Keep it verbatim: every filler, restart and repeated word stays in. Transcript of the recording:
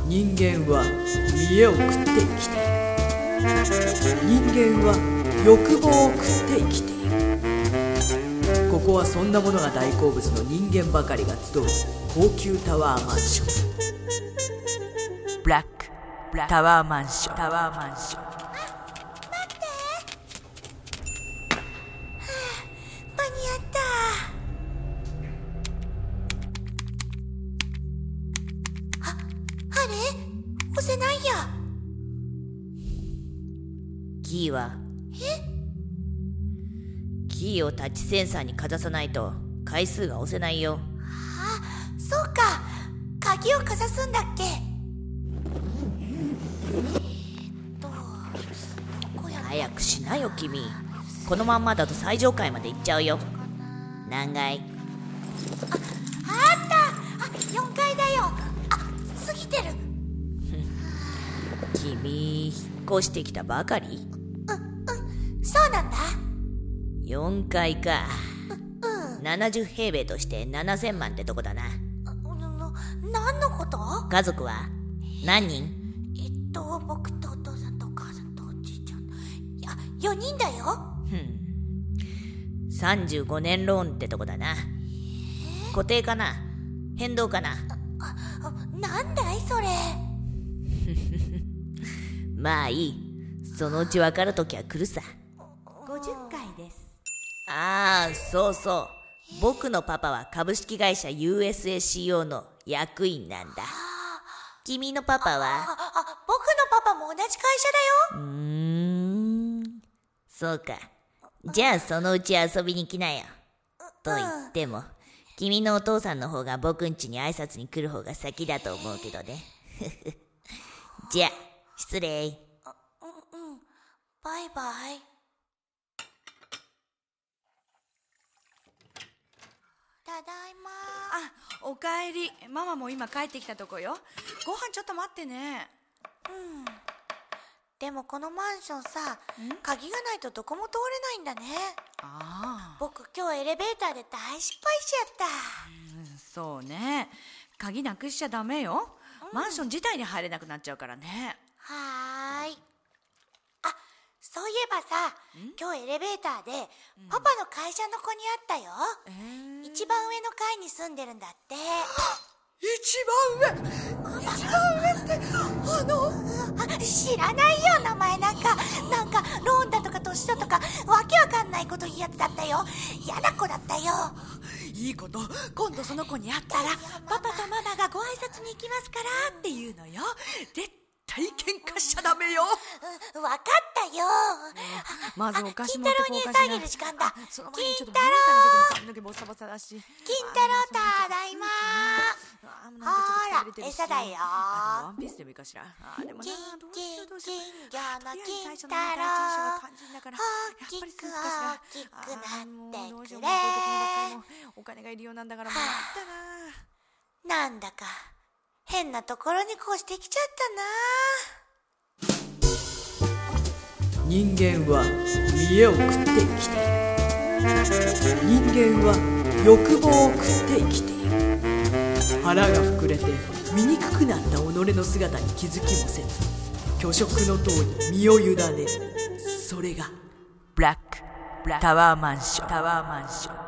人間は見栄を食って生きている。人間は欲望を食って生きている。ここはそんなものが大好物の人間ばかりが集う高級タワーマンション。ブラックタワーマンションタワーマンション。 あ、待って、はあ、間に合った。あ、あれ押せないや。 キーはえキーをタッチセンサーにかざさないと回数が押せないよ。 あ、そうか、鍵をかざすんだっけ。えー、っとどこやろ。 早くしなよ君。このまんまだと最上階まで行っちゃうよ。何階？ あったあ、よんかいだよ。あ、過ぎてる。 君引っ越してきたばかり？ うんうん、そうなんだ。 よんかいか。 うん、 ななじゅう平米としてななせんまんってとこだな。 何のこと？ 家族は何人？ えっと僕とお父さんとお母さんとおじいちゃん、いやよにんだよ。 ふん、さんじゅうごねんローンってとこだな。固定かな変動かな。 ああ、なんだいそれ。 まあいい、そのうち分かるときは来るさ。 ごじゅっかいです。 ああ、そうそう、僕のパパは株式会社 ユーエスエーシーオー の役員なんだ。君のパパは？ ああ、僕のパパも同じ会社だよ。 うーん、そうか。じゃあそのうち遊びに来なよ。と言っても君のお父さんの方が僕ん家に挨拶に来る方が先だと思うけどね。じゃあ失礼。 うんうん、バイバイ。ただいま。 あ、おかえり。ママも今帰ってきたとこよ。ご飯ちょっと待ってね。 うん。でもこのマンションさ、鍵がないとどこも通れないんだね。 ああ、 僕今日エレベーターで大失敗しちゃった。 うん、そうね。鍵なくしちゃダメよ。 うん、 マンション自体に入れなくなっちゃうからね。 はーい。あ、そういえばさ、今日エレベーターでパパの会社の子に会ったよ。 えー、 一番上の階に住んでるんだって。 一番上一番上ってあのあ、知らないよ、名前なんかなんかローンだとか年だとかわけわかんないこと言うやつだったよ。嫌な子だったよ。 いいこと、今度その子に会ったらパパとママがご挨拶に行きますからって言うのよ。絶対喧嘩しちゃダメよ。 うん、わかったよ。 まずお菓子持ってこうかしら。 金太郎に餌あげる時間だ。 その前にちょっと金太郎、 髪の毛ボサボサだし。 金太郎ただいま。 あー、なんかちょっと疲れてるしほら餌だよ。 あ、ワンピースでもいいかしら。あー、でもな、 金どうしようどうしよう。 金魚の金太郎、 大きく大きくなってくれ。 お金がいるようなんだからもらったな。なんだか変なところに越してきちゃったな。 人間は見栄を食って生きている。人間は欲望を食って生きている。腹が膨れて醜くなった己の姿に気づきもせず、虚飾の塔に身を委ねる。それがブラックタワーマンションタワーマンション。